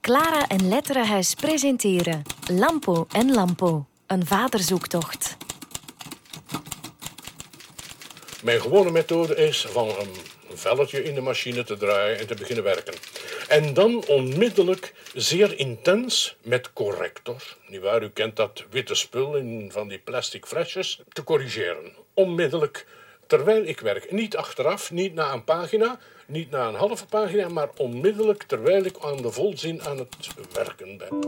Clara en Letterenhuis presenteren Lampo en Lampo, een vaderzoektocht. Mijn gewone methode is van een velletje in de machine te draaien en te beginnen werken. En dan onmiddellijk zeer intens met corrector, nietwaar, u kent dat witte spul in van die plastic flesjes, te corrigeren. Onmiddellijk, terwijl ik werk. Niet achteraf, niet na een pagina, niet na een halve pagina, maar onmiddellijk terwijl ik aan de volzin aan het werken ben.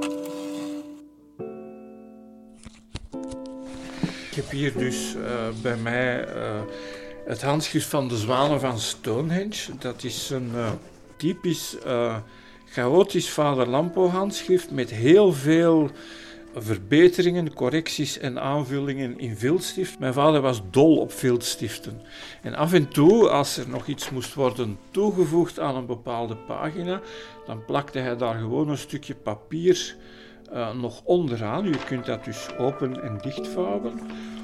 Ik heb hier dus bij mij het handschrift van de Zwanen van Stonehenge. Dat is een typisch chaotisch vader Lampo handschrift met heel veel verbeteringen, correcties en aanvullingen in viltstift. Mijn vader was dol op viltstiften. En af en toe, als er nog iets moest worden toegevoegd aan een bepaalde pagina, dan plakte hij daar gewoon een stukje papier nog onderaan. Je kunt dat dus open en dichtvouwen.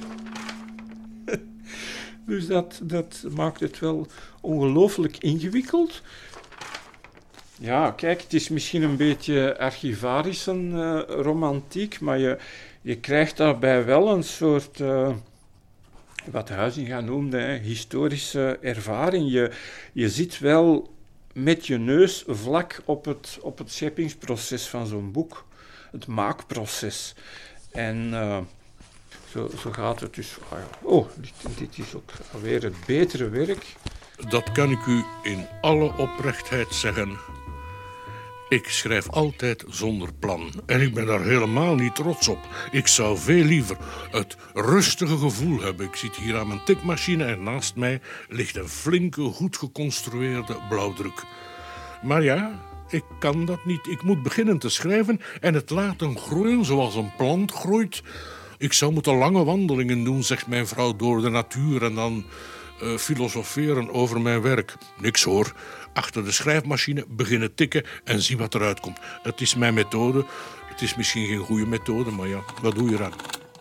Dus dat maakt het wel ongelooflijk ingewikkeld. Ja, kijk, het is misschien een beetje archivarische romantiek, maar je krijgt daarbij wel een soort, wat Huizinga noemde, historische ervaring. Je zit wel met je neus vlak op het scheppingsproces van zo'n boek, het maakproces. En zo gaat het dus. Oh, dit is ook alweer het betere werk. Dat kan ik u in alle oprechtheid zeggen. Ik schrijf altijd zonder plan. En ik ben daar helemaal niet trots op. Ik zou veel liever het rustige gevoel hebben. Ik zit hier aan mijn tikmachine en naast mij ligt een flinke, goed geconstrueerde blauwdruk. Maar ja, ik kan dat niet. Ik moet beginnen te schrijven en het laten groeien zoals een plant groeit. Ik zou moeten lange wandelingen doen, zegt mijn vrouw, door de natuur en dan filosoferen over mijn werk. Niks hoor. Achter de schrijfmachine beginnen tikken en zien wat eruit komt. Dat is mijn methode. Het is misschien geen goede methode, maar ja, wat doe je eraan?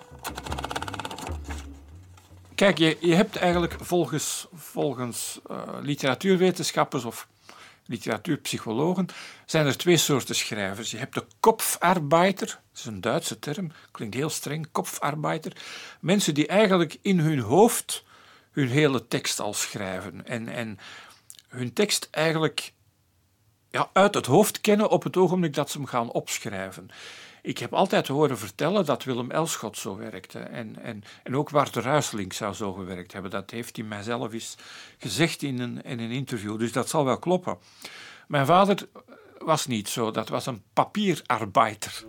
Kijk, je hebt eigenlijk volgens literatuurwetenschappers of literatuurpsychologen zijn er twee soorten schrijvers. Je hebt de Kopfarbeiter, dat is een Duitse term, klinkt heel streng, Kopfarbeiter. Mensen die eigenlijk in hun hoofd hun hele tekst al schrijven en hun tekst eigenlijk uit het hoofd kennen op het ogenblik dat ze hem gaan opschrijven. Ik heb altijd horen vertellen dat Willem Elschot zo werkte en ook Wouter Huiselink zou zo gewerkt hebben. Dat heeft hij mijzelf eens gezegd in een interview, dus dat zal wel kloppen. Mijn vader was niet zo, dat was een papierarbeiter.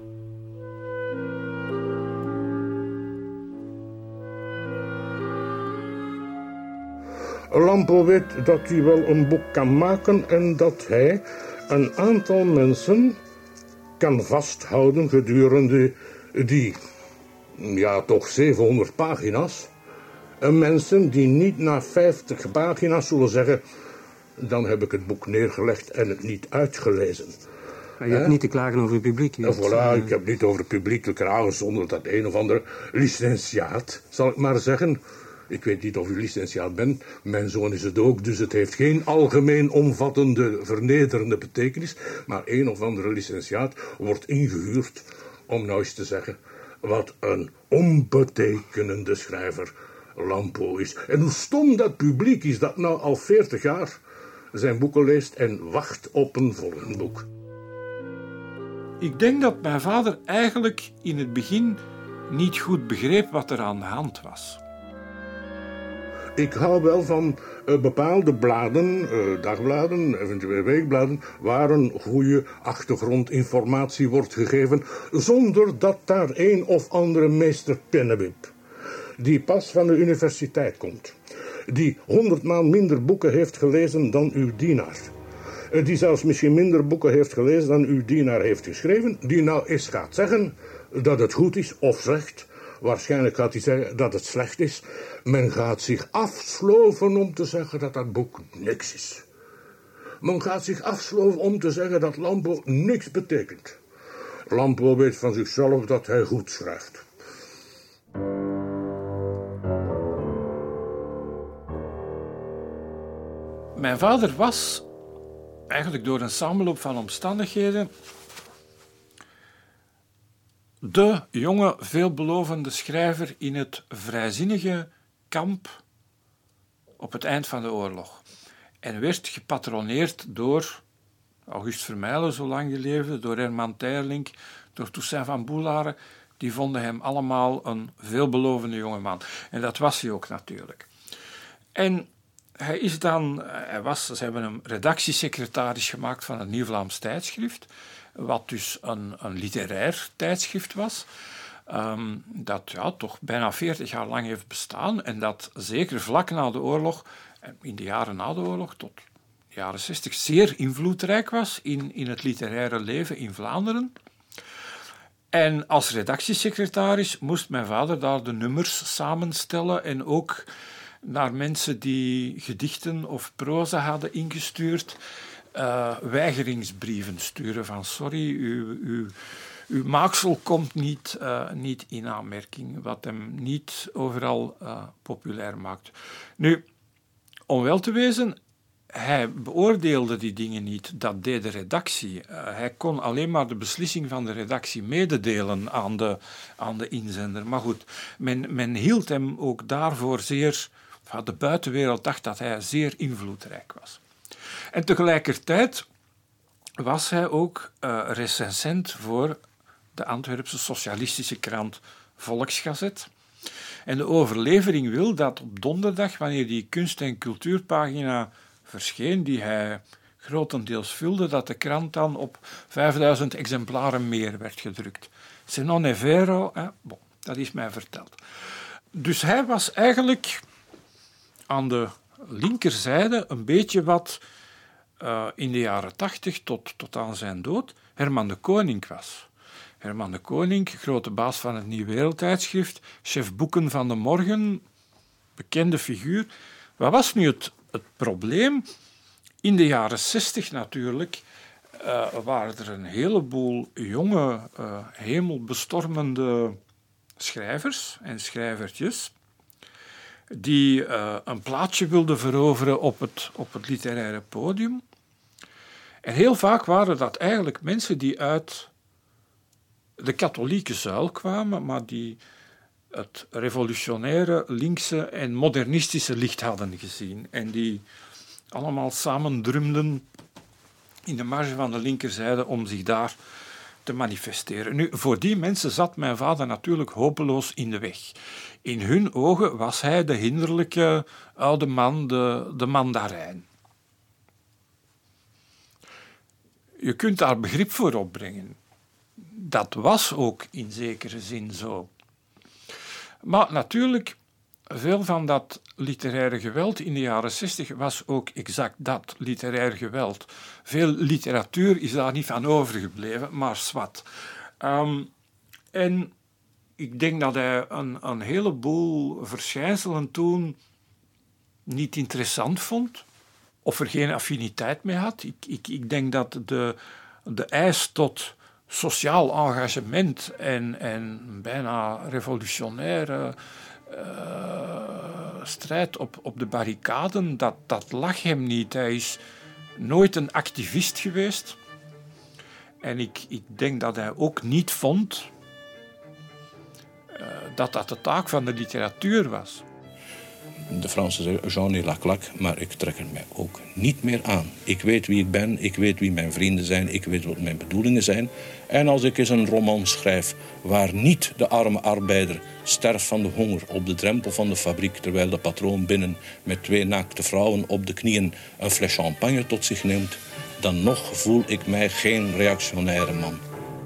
Lampo weet dat hij wel een boek kan maken en dat hij een aantal mensen kan vasthouden gedurende die, toch 700 pagina's. En mensen die niet na 50 pagina's zullen zeggen, dan heb ik het boek neergelegd en het niet uitgelezen. Maar je hebt niet te klagen over het publiek. Ik heb niet over het publiek te klagen zonder dat een of andere licentiaat, zal ik maar zeggen. Ik weet niet of u licentiaat bent, mijn zoon is het ook, dus het heeft geen algemeen omvattende, vernederende betekenis, maar een of andere licentiaat wordt ingehuurd om nou eens te zeggen wat een onbetekenende schrijver Lampo is. En hoe stom dat publiek is dat nou al 40 jaar zijn boeken leest en wacht op een volgend boek. Ik denk dat mijn vader eigenlijk in het begin niet goed begreep wat er aan de hand was. Ik hou wel van bepaalde bladen, dagbladen, eventueel weekbladen, waar een goede achtergrondinformatie wordt gegeven, zonder dat daar een of andere meester Pennewip, die pas van de universiteit komt, die 100 maal minder boeken heeft gelezen dan uw dienaar, die zelfs misschien minder boeken heeft gelezen dan uw dienaar heeft geschreven, die nou eens gaat zeggen dat het goed is of slecht. Waarschijnlijk gaat hij zeggen dat het slecht is. Men gaat zich afsloven om te zeggen dat dat boek niks is. Men gaat zich afsloven om te zeggen dat Lampo niks betekent. Lampo weet van zichzelf dat hij goed schrijft. Mijn vader was eigenlijk door een samenloop van omstandigheden de jonge, veelbelovende schrijver in het vrijzinnige kamp op het eind van de oorlog. En werd gepatroneerd door August Vermuylen, zo lang geleefd, door Herman Teirlink, door Toussaint van Boularen. Die vonden hem allemaal een veelbelovende jongeman. En dat was hij ook natuurlijk. En ze hebben hem redactiesecretaris gemaakt van het Nieuw-Vlaams Tijdschrift, wat dus een literair tijdschrift was, dat toch bijna 40 jaar lang heeft bestaan en dat zeker vlak na de oorlog, in de jaren na de oorlog, tot de jaren 60, zeer invloedrijk was in het literaire leven in Vlaanderen. En als redactiesecretaris moest mijn vader daar de nummers samenstellen en ook naar mensen die gedichten of proza hadden ingestuurd, weigeringsbrieven sturen van sorry, uw maaksel komt niet in aanmerking, wat hem niet overal populair maakt. Nu, om wel te wezen, hij beoordeelde die dingen niet, dat deed de redactie. Hij kon alleen maar de beslissing van de redactie mededelen aan de inzender. Maar goed, men hield hem ook daarvoor zeer... De buitenwereld dacht dat hij zeer invloedrijk was. En tegelijkertijd was hij ook recensent voor de Antwerpse socialistische krant Volksgazet. En de overlevering wil dat op donderdag, wanneer die kunst- en cultuurpagina verscheen, die hij grotendeels vulde, dat de krant dan op 5000 exemplaren meer werd gedrukt. Se non è vero, dat is mij verteld. Dus hij was eigenlijk aan de linkerzijde een beetje wat in de jaren 80 tot aan zijn dood Herman de Koning was. Herman de Koning, grote baas van het Nieuw Wereldtijdschrift, chef boeken van de Morgen, bekende figuur. Wat was nu het probleem? In de jaren 60 natuurlijk waren er een heleboel jonge, hemelbestormende schrijvers en schrijvertjes die een plaatsje wilden veroveren op het literaire podium. En heel vaak waren dat eigenlijk mensen die uit de katholieke zuil kwamen, maar die het revolutionaire, linkse en modernistische licht hadden gezien. En die allemaal samen drumden in de marge van de linkerzijde om zich daar te manifesteren. Nu, voor die mensen zat mijn vader natuurlijk hopeloos in de weg. In hun ogen was hij de hinderlijke oude man, de mandarijn. Je kunt daar begrip voor opbrengen. Dat was ook in zekere zin zo. Maar natuurlijk, veel van dat literaire geweld in de jaren 60 was ook exact dat, literair geweld. Veel literatuur is daar niet van overgebleven, maar zwart. En ik denk dat hij een heleboel verschijnselen toen niet interessant vond, of er geen affiniteit mee had. Ik denk dat de eis tot sociaal engagement en bijna revolutionaire strijd op de barricaden, dat lag hem niet. Hij is nooit een activist geweest. En ik denk dat hij ook niet vond dat de taak van de literatuur was. De Fransen zeggen Jean la claque, maar ik trek er mij ook niet meer aan. Ik weet wie ik ben, ik weet wie mijn vrienden zijn, ik weet wat mijn bedoelingen zijn. En als ik eens een roman schrijf waar niet de arme arbeider sterft van de honger op de drempel van de fabriek, terwijl de patroon binnen met 2 naakte vrouwen op de knieën een fles champagne tot zich neemt, dan nog voel ik mij geen reactionaire man.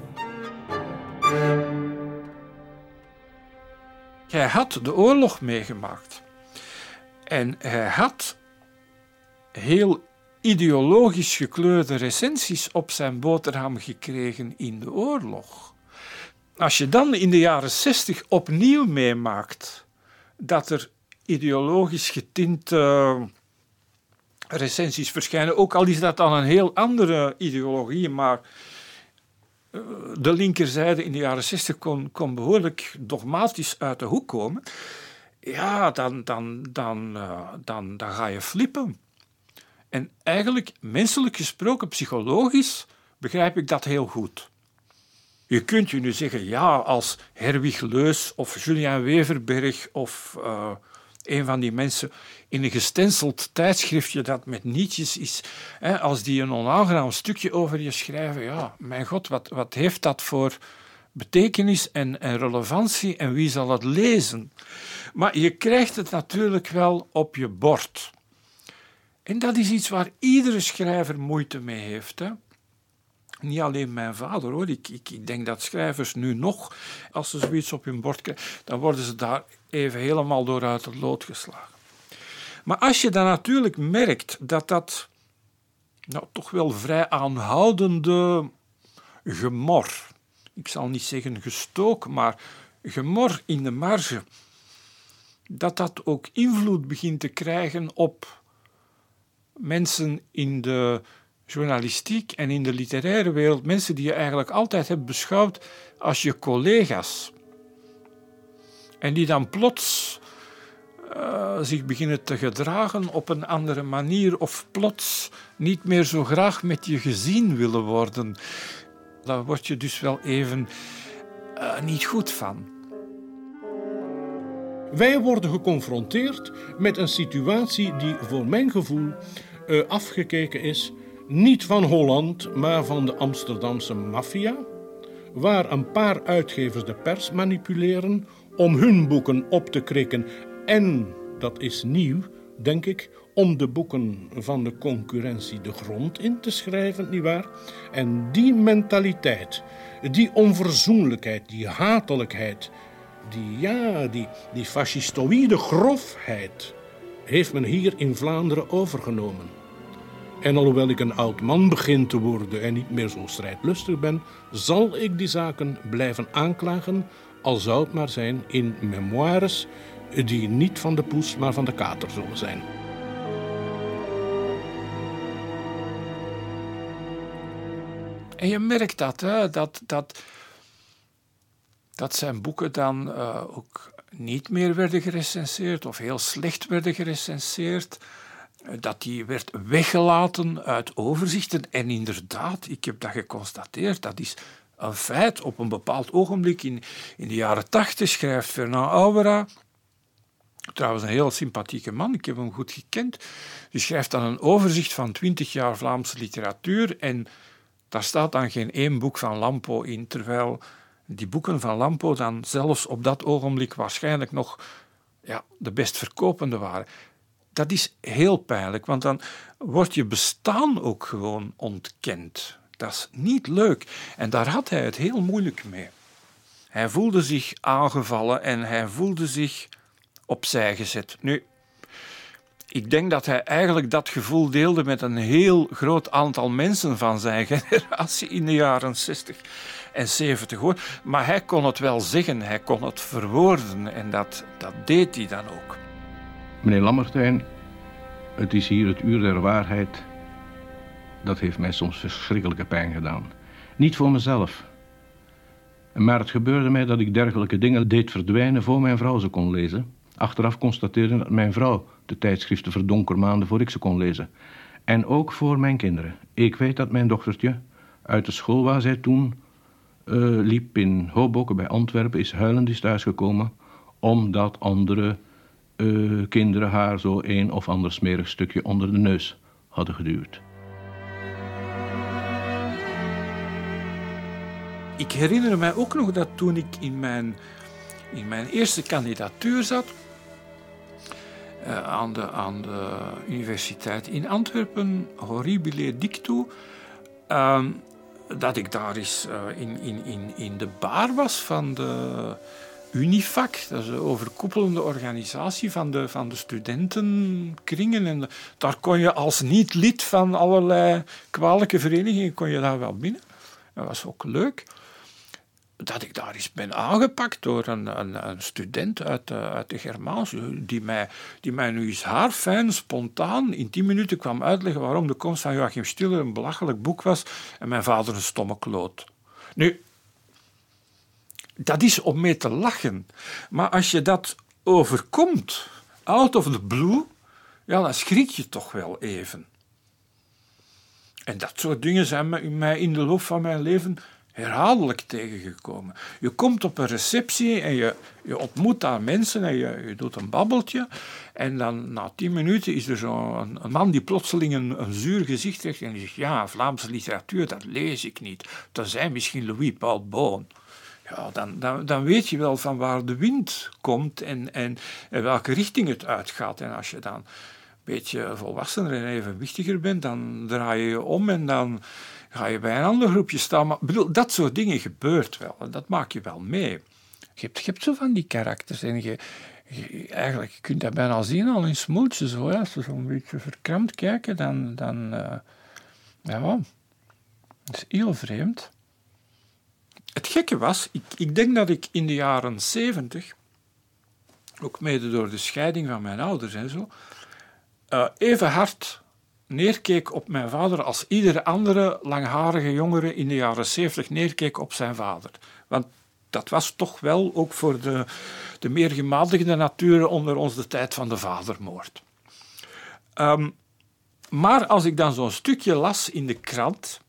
Hij had de oorlog meegemaakt. En hij had heel ideologisch gekleurde recensies op zijn boterham gekregen in de oorlog. Als je dan in de jaren 60 opnieuw meemaakt dat er ideologisch getinte recensies verschijnen, ook al is dat dan een heel andere ideologie, maar de linkerzijde in de jaren 60 kon behoorlijk dogmatisch uit de hoek komen. Ja, dan ga je flippen. En eigenlijk, menselijk gesproken, psychologisch, begrijp ik dat heel goed. Je kunt je nu zeggen, ja, als Herwig Leus of Julian Weverberg of een van die mensen in een gestenceld tijdschriftje dat met nietjes is, als die een onaangenaam stukje over je schrijven, ja, mijn god, wat heeft dat voor betekenis en relevantie en wie zal het lezen? Maar je krijgt het natuurlijk wel op je bord. En dat is iets waar iedere schrijver moeite mee heeft, hè. Niet alleen mijn vader, hoor. Ik denk dat schrijvers nu nog, als ze zoiets op hun bord krijgen, dan worden ze daar even helemaal door uit het lood geslagen. Maar als je dan natuurlijk merkt dat dat toch wel vrij aanhoudende gemor, ik zal niet zeggen gestook, maar gemor in de marge, dat ook invloed begint te krijgen op mensen in de journalistiek en in de literaire wereld, mensen die je eigenlijk altijd hebt beschouwd als je collega's. En die dan plots zich beginnen te gedragen op een andere manier of plots niet meer zo graag met je gezien willen worden. Daar word je dus wel even niet goed van. Wij worden geconfronteerd met een situatie die voor mijn gevoel afgekeken is, niet van Holland, maar van de Amsterdamse maffia, waar een paar uitgevers de pers manipuleren om hun boeken op te krikken en, dat is nieuw, denk ik, om de boeken van de concurrentie de grond in te schrijven, nietwaar? En die mentaliteit, die onverzoenlijkheid, die hatelijkheid, die fascistoïde grofheid, heeft men hier in Vlaanderen overgenomen. En alhoewel ik een oud man begin te worden en niet meer zo strijdlustig ben, zal ik die zaken blijven aanklagen, al zou het maar zijn in memoires die niet van de poes, maar van de kater zullen zijn. En je merkt dat, hè, dat zijn boeken dan ook niet meer werden gerecenseerd of heel slecht werden gerecenseerd. Dat die werd weggelaten uit overzichten. En inderdaad, ik heb dat geconstateerd, dat is een feit. Op een bepaald ogenblik in de jaren 80 schrijft Fernand Aubera, trouwens een heel sympathieke man, ik heb hem goed gekend, die schrijft dan een overzicht van 20 jaar Vlaamse literatuur en daar staat dan geen één boek van Lampo in, terwijl die boeken van Lampo dan zelfs op dat ogenblik waarschijnlijk nog de best verkopende waren. Dat is heel pijnlijk, want dan wordt je bestaan ook gewoon ontkend. Dat is niet leuk. En daar had hij het heel moeilijk mee. Hij voelde zich aangevallen en hij voelde zich opzij gezet. Nu, ik denk dat hij eigenlijk dat gevoel deelde met een heel groot aantal mensen van zijn generatie in de jaren 60 en 70. Hoor. Maar hij kon het wel zeggen, hij kon het verwoorden en dat deed hij dan ook. Meneer Lammertijn, het is hier het uur der waarheid. Dat heeft mij soms verschrikkelijke pijn gedaan. Niet voor mezelf. Maar het gebeurde mij dat ik dergelijke dingen deed verdwijnen voor mijn vrouw ze kon lezen. Achteraf constateerde dat mijn vrouw de tijdschriften verdonkermaande voor ik ze kon lezen. En ook voor mijn kinderen. Ik weet dat mijn dochtertje uit de school waar zij toen liep in Hoboken bij Antwerpen is huilend is thuisgekomen omdat andere kinderen haar zo een of ander smerig stukje onder de neus hadden geduwd. Ik herinner mij ook nog dat toen ik in mijn eerste kandidatuur zat aan de universiteit in Antwerpen, horribile dictu, dat ik daar eens in de bar was van de Unifac, dat is een overkoepelende organisatie van de studentenkringen. En daar kon je als niet-lid van allerlei kwalijke verenigingen kon je daar wel binnen. Dat was ook leuk. Dat ik daar eens ben aangepakt door een student uit de Germaans, die mij nu eens haarfijn, spontaan, in 10 minuten kwam uitleggen waarom De Komst van Joachim Stiller een belachelijk boek was en mijn vader een stomme kloot. Nu, dat is om mee te lachen. Maar als je dat overkomt, out of the blue, dan schrik je toch wel even. En dat soort dingen zijn mij in de loop van mijn leven herhaaldelijk tegengekomen. Je komt op een receptie en je ontmoet daar mensen en je doet een babbeltje. En dan na 10 minuten is er zo'n een man die plotseling een zuur gezicht trekt en die zegt, ja, Vlaamse literatuur, dat lees ik niet. Dat zijn misschien Louis-Paul Boon. Ja, dan weet je wel van waar de wind komt en welke richting het uitgaat. En als je dan een beetje volwassener en evenwichtiger bent, dan draai je je om en dan ga je bij een ander groepje staan. Maar bedoel, dat soort dingen gebeurt wel en dat maak je wel mee. Je hebt zo van die karakters en eigenlijk, je kunt dat bijna zien al in Smoeltje. Zo, als ze zo'n beetje verkrampt kijken, dan dat is heel vreemd. Het gekke was, ik denk dat ik in de jaren 70, ook mede door de scheiding van mijn ouders en zo, even hard neerkeek op mijn vader als iedere andere langharige jongere in de jaren 70 neerkeek op zijn vader. Want dat was toch wel ook voor de meer gematigde naturen onder ons de tijd van de vadermoord. Maar als ik dan zo'n stukje las in de krant,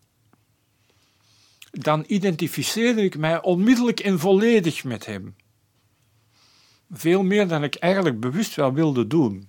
dan identificeerde ik mij onmiddellijk en volledig met hem. Veel meer dan ik eigenlijk bewust wel wilde doen.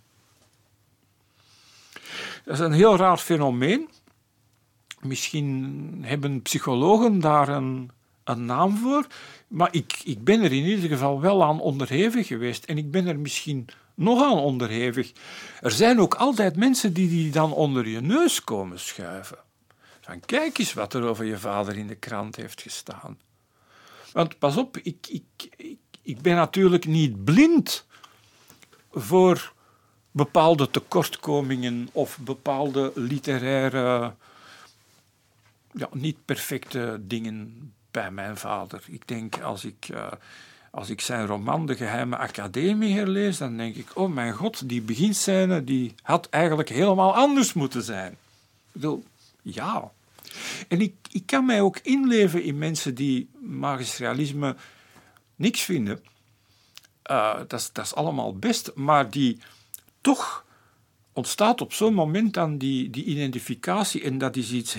Dat is een heel raar fenomeen. Misschien hebben psychologen daar een naam voor, maar ik ben er in ieder geval wel aan onderhevig geweest en ik ben er misschien nog aan onderhevig. Er zijn ook altijd mensen die dan onder je neus komen schuiven. Van, kijk eens wat er over je vader in de krant heeft gestaan. Want pas op, ik ben natuurlijk niet blind voor bepaalde tekortkomingen of bepaalde literaire, niet perfecte dingen bij mijn vader. Ik denk, als ik zijn roman De Geheime Academie herlees, dan denk ik, oh mijn god, die beginscène die had eigenlijk helemaal anders moeten zijn. Ik bedoel, ja. En ik kan mij ook inleven in mensen die magisch realisme niks vinden. Dat is allemaal best, maar die toch ontstaat op zo'n moment dan die identificatie en dat is iets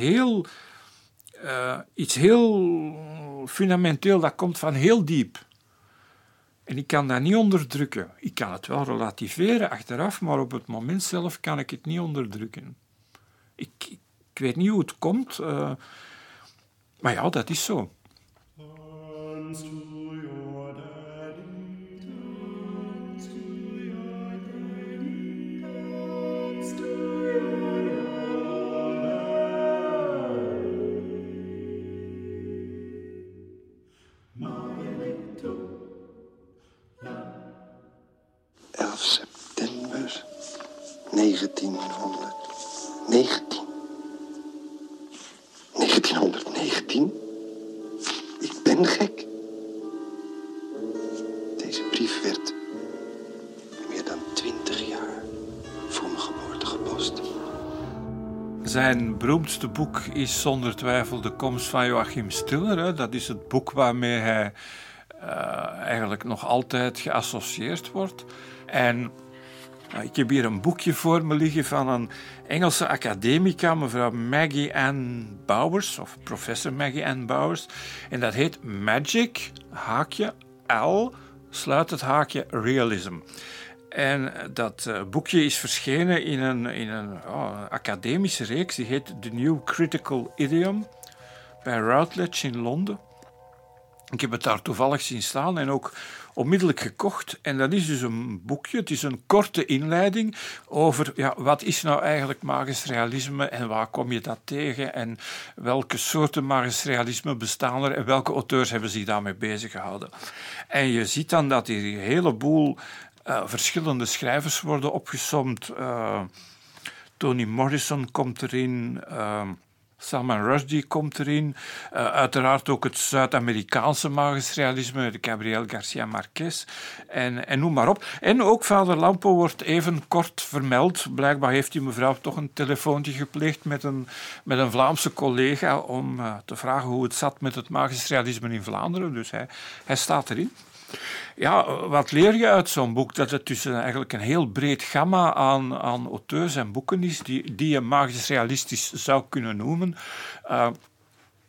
heel fundamenteel, dat komt van heel diep. En ik kan dat niet onderdrukken. Ik kan het wel relativeren achteraf, maar op het moment zelf kan ik het niet onderdrukken. Ik weet niet hoe het komt, maar ja, dat is zo. September 1919. Ik ben gek. Deze brief werd meer dan 20 jaar voor mijn geboorte gepost. Zijn beroemdste boek is zonder twijfel De komst van Joachim Stiller. Hè. Dat is het boek waarmee hij eigenlijk nog altijd geassocieerd wordt. En ik heb hier een boekje voor me liggen van een Engelse academica, mevrouw Maggie Ann Bowers, of professor Maggie Ann Bowers. En dat heet Magic, haakje, L, sluit het haakje, Realism. En dat boekje is verschenen in een academische reeks, die heet The New Critical Idiom, bij Routledge in Londen. Ik heb het daar toevallig zien staan en ook onmiddellijk gekocht. En dat is dus een boekje, het is een korte inleiding over wat is nou eigenlijk magisch realisme en waar kom je dat tegen en welke soorten magisch realisme bestaan er en welke auteurs hebben zich daarmee bezig gehouden. En je ziet dan dat hier een heleboel verschillende schrijvers worden opgesomd. Toni Morrison komt erin, Salman Rushdie komt erin. Uiteraard ook het Zuid-Amerikaanse magisch realisme, de Gabriel Garcia Marquez en noem maar op. En ook vader Lampo wordt even kort vermeld. Blijkbaar heeft die mevrouw toch een telefoontje gepleegd met een Vlaamse collega om te vragen hoe het zat met het magisch realisme in Vlaanderen. Dus hij staat erin. Ja, wat leer je uit zo'n boek? Dat het dus eigenlijk een heel breed gamma aan auteurs en boeken is die je magisch realistisch zou kunnen noemen.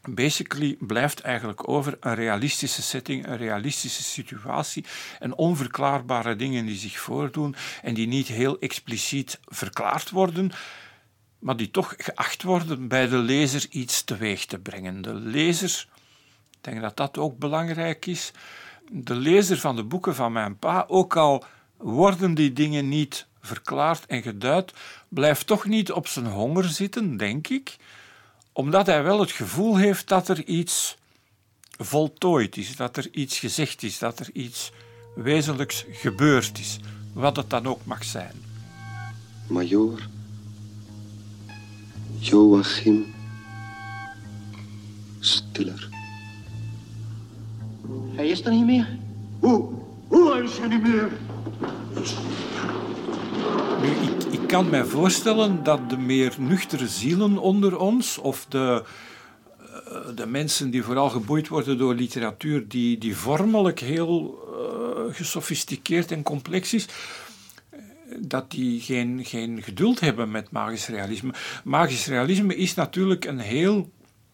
basically blijft eigenlijk over een realistische setting, een realistische situatie en onverklaarbare dingen die zich voordoen en die niet heel expliciet verklaard worden, maar die toch geacht worden bij de lezer iets teweeg te brengen. De lezer, ik denk dat dat ook belangrijk is, de lezer van de boeken van mijn pa, ook al worden die dingen niet verklaard en geduid, blijft toch niet op zijn honger zitten, denk ik, omdat hij wel het gevoel heeft dat er iets voltooid is, dat er iets gezegd is, dat er iets wezenlijks gebeurd is, wat het dan ook mag zijn. Major Joachim Stiller. Hij is er niet meer. Hoe is hij niet meer? Nu, ik kan mij voorstellen dat de meer nuchtere zielen onder ons, of de mensen die vooral geboeid worden door literatuur die vormelijk heel gesofisticeerd en complex is, dat die geen geduld hebben met magisch realisme. Magisch realisme is natuurlijk een heel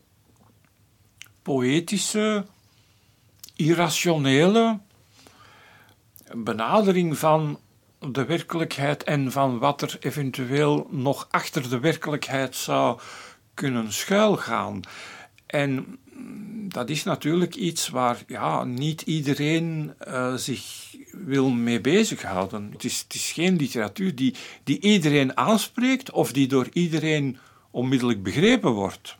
poëtische, irrationele benadering van de werkelijkheid en van wat er eventueel nog achter de werkelijkheid zou kunnen schuilgaan. En dat is natuurlijk iets waar niet iedereen zich wil mee bezighouden. Het is geen literatuur die iedereen aanspreekt of die door iedereen onmiddellijk begrepen wordt.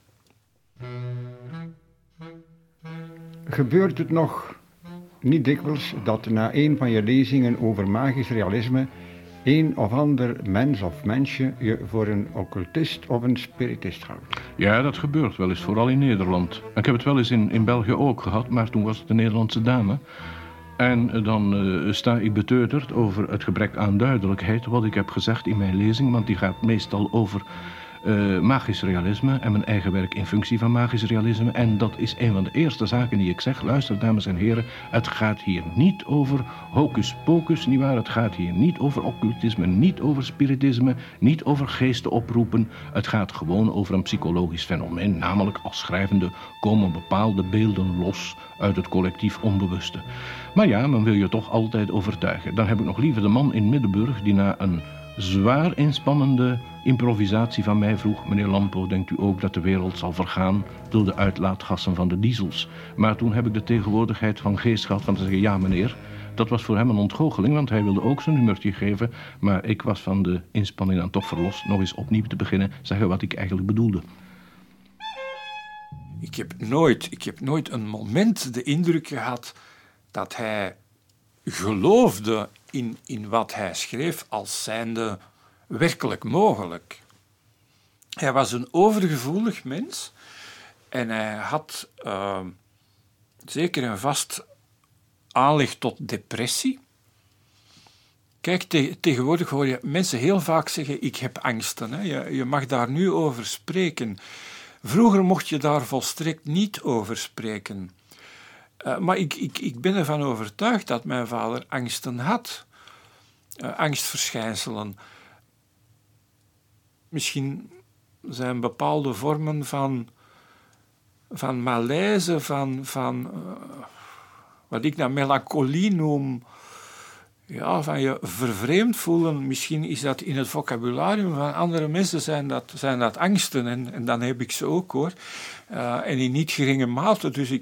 Gebeurt het nog niet dikwijls dat na een van je lezingen over magisch realisme een of ander mens of mensje je voor een occultist of een spiritist houdt? Ja, dat gebeurt wel eens, vooral in Nederland. Ik heb het wel eens in België ook gehad, maar toen was het een Nederlandse dame. En dan sta ik beteuterd over het gebrek aan duidelijkheid wat ik heb gezegd in mijn lezing, want die gaat meestal over magisch realisme en mijn eigen werk in functie van magisch realisme. En dat is een van de eerste zaken die ik zeg. Luister, dames en heren, het gaat hier niet over hocus pocus, nietwaar? Het gaat hier niet over occultisme, niet over spiritisme, niet over geesten oproepen. Het gaat gewoon over een psychologisch fenomeen, namelijk als schrijvende komen bepaalde beelden los uit het collectief onbewuste. Maar ja, men wil je toch altijd overtuigen. Dan heb ik nog liever de man in Middelburg die na een zwaar inspannende improvisatie van mij vroeg: meneer Lampo, denkt u ook dat de wereld zal vergaan door de uitlaatgassen van de diesels? Maar toen heb ik de tegenwoordigheid van geest gehad van te zeggen: ja meneer, dat was voor hem een ontgoocheling, want hij wilde ook zijn humeurtje geven, maar ik was van de inspanning dan toch verlost nog eens opnieuw te beginnen, zeggen wat ik eigenlijk bedoelde. Ik heb nooit een moment de indruk gehad dat hij geloofde in wat hij schreef als zijnde werkelijk mogelijk. Hij was een overgevoelig mens en hij had zeker en vast aanleg tot depressie. Kijk, tegenwoordig hoor je mensen heel vaak zeggen: ik heb angsten. Hè? Je mag daar nu over spreken. Vroeger mocht je daar volstrekt niet over spreken. Maar ik ben ervan overtuigd dat mijn vader angsten had. Angstverschijnselen. Misschien zijn bepaalde vormen van malaise, van wat ik nou melancholie noem, van je vervreemd voelen. Misschien is dat in het vocabularium van andere mensen zijn dat angsten. En dan heb ik ze ook, hoor. En in niet geringe mate. Dus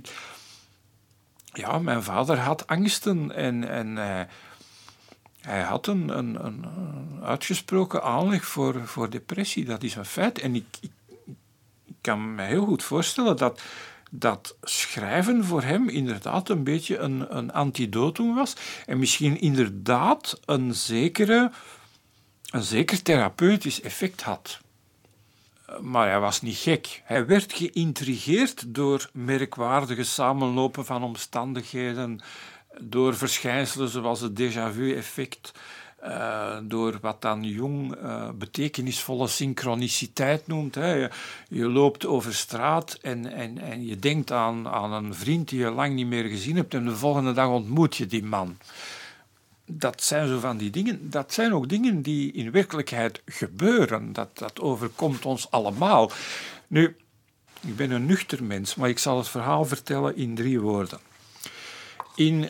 mijn vader had angsten en hij had een uitgesproken aanleg voor depressie. Dat is een feit. En ik kan me heel goed voorstellen dat schrijven voor hem inderdaad een beetje een antidotum was. En misschien inderdaad een zeker therapeutisch effect had. Maar hij was niet gek. Hij werd geïntrigeerd door merkwaardige samenlopen van omstandigheden, door verschijnselen zoals het déjà-vu-effect, door wat dan Jung betekenisvolle synchroniciteit noemt. Hè. Je loopt over straat en je denkt aan een vriend die je lang niet meer gezien hebt en de volgende dag ontmoet je die man. Dat zijn zo van die dingen. Dat zijn ook dingen die in werkelijkheid gebeuren. Dat overkomt ons allemaal. Nu, Ik ben een nuchter mens, maar ik zal het verhaal vertellen in 3 woorden. In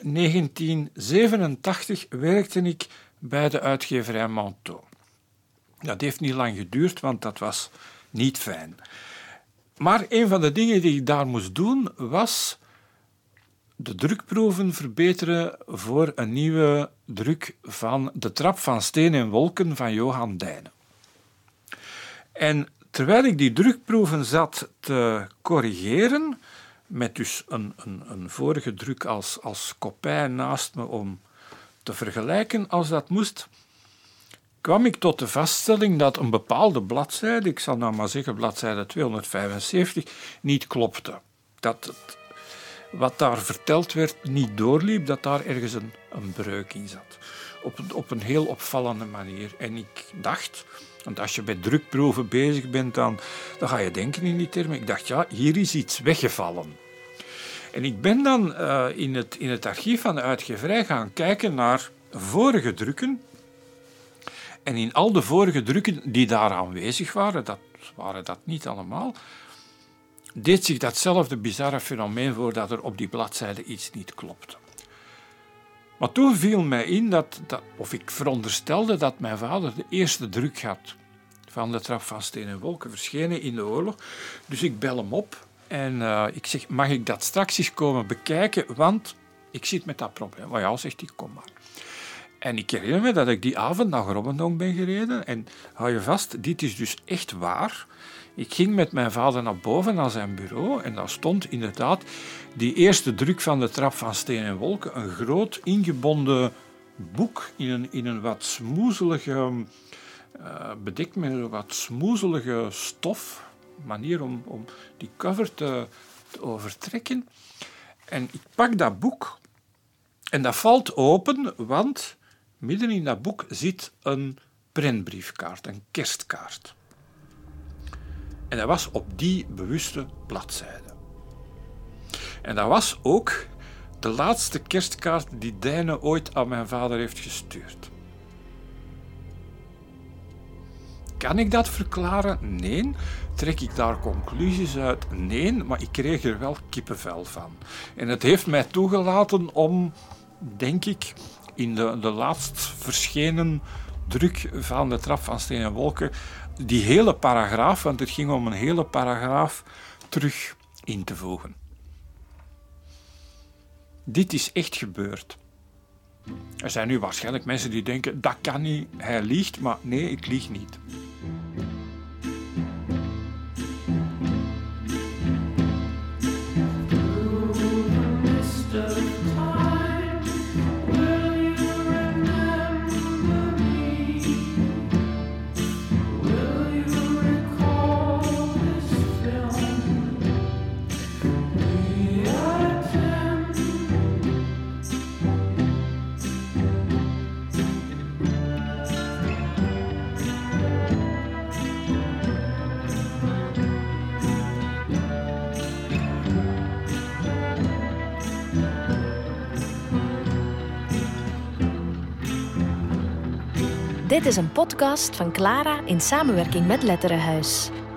1987 werkte ik bij de uitgeverij Manteau. Dat heeft niet lang geduurd, want dat was niet fijn. Maar een van de dingen die ik daar moest doen, was de drukproeven verbeteren voor een nieuwe druk van De Trap van Steen en Wolken van Johan Dijnen. En terwijl ik die drukproeven zat te corrigeren, met dus een vorige druk als kopij naast me om te vergelijken als dat moest, kwam ik tot de vaststelling dat een bepaalde bladzijde, ik zal nou maar zeggen bladzijde 275, niet klopte. Dat wat daar verteld werd niet doorliep, dat daar ergens een breuk in zat. Op een heel opvallende manier. En ik dacht, want als je bij drukproeven bezig bent, dan ga je denken in die termen. Ik dacht, ja, hier is iets weggevallen. En ik ben dan in het archief van de uitgeverij gaan kijken naar vorige drukken. En in al de vorige drukken die daar aanwezig waren, dat waren dat niet allemaal, deed zich datzelfde bizarre fenomeen voor dat er op die bladzijde iets niet klopte. Maar toen viel mij in of ik veronderstelde dat mijn vader de eerste druk had van De Trap van Steen en Wolken, verschenen in de oorlog. Dus ik bel hem op en ik zeg, mag ik dat straks eens komen bekijken, want ik zit met dat probleem. Maar ja, zegt hij, kom maar. En ik herinner me dat ik die avond naar Grobbendonk ben gereden en hou je vast, dit is dus echt waar. Ik ging met mijn vader naar boven, naar zijn bureau, en daar stond inderdaad die eerste druk van De Trap van Steen en Wolken, een groot ingebonden boek in een wat smoezelige, bedekt met een wat smoezelige stof, manier om die cover te overtrekken. En ik pak dat boek en dat valt open, want midden in dat boek zit een prentbriefkaart, een kerstkaart. En dat was op die bewuste bladzijde. En dat was ook de laatste kerstkaart die Dijnen ooit aan mijn vader heeft gestuurd. Kan ik dat verklaren? Nee. Trek ik daar conclusies uit? Nee, maar ik kreeg er wel kippenvel van. En het heeft mij toegelaten om, denk ik, in de laatst verschenen druk van De Trap van Steen en Wolken, die hele paragraaf, want het ging om een hele paragraaf, terug in te voegen. Dit is echt gebeurd. Er zijn nu waarschijnlijk mensen die denken, dat kan niet, hij liegt, maar nee, ik lieg niet. Dit is een podcast van Clara in samenwerking met Letterenhuis.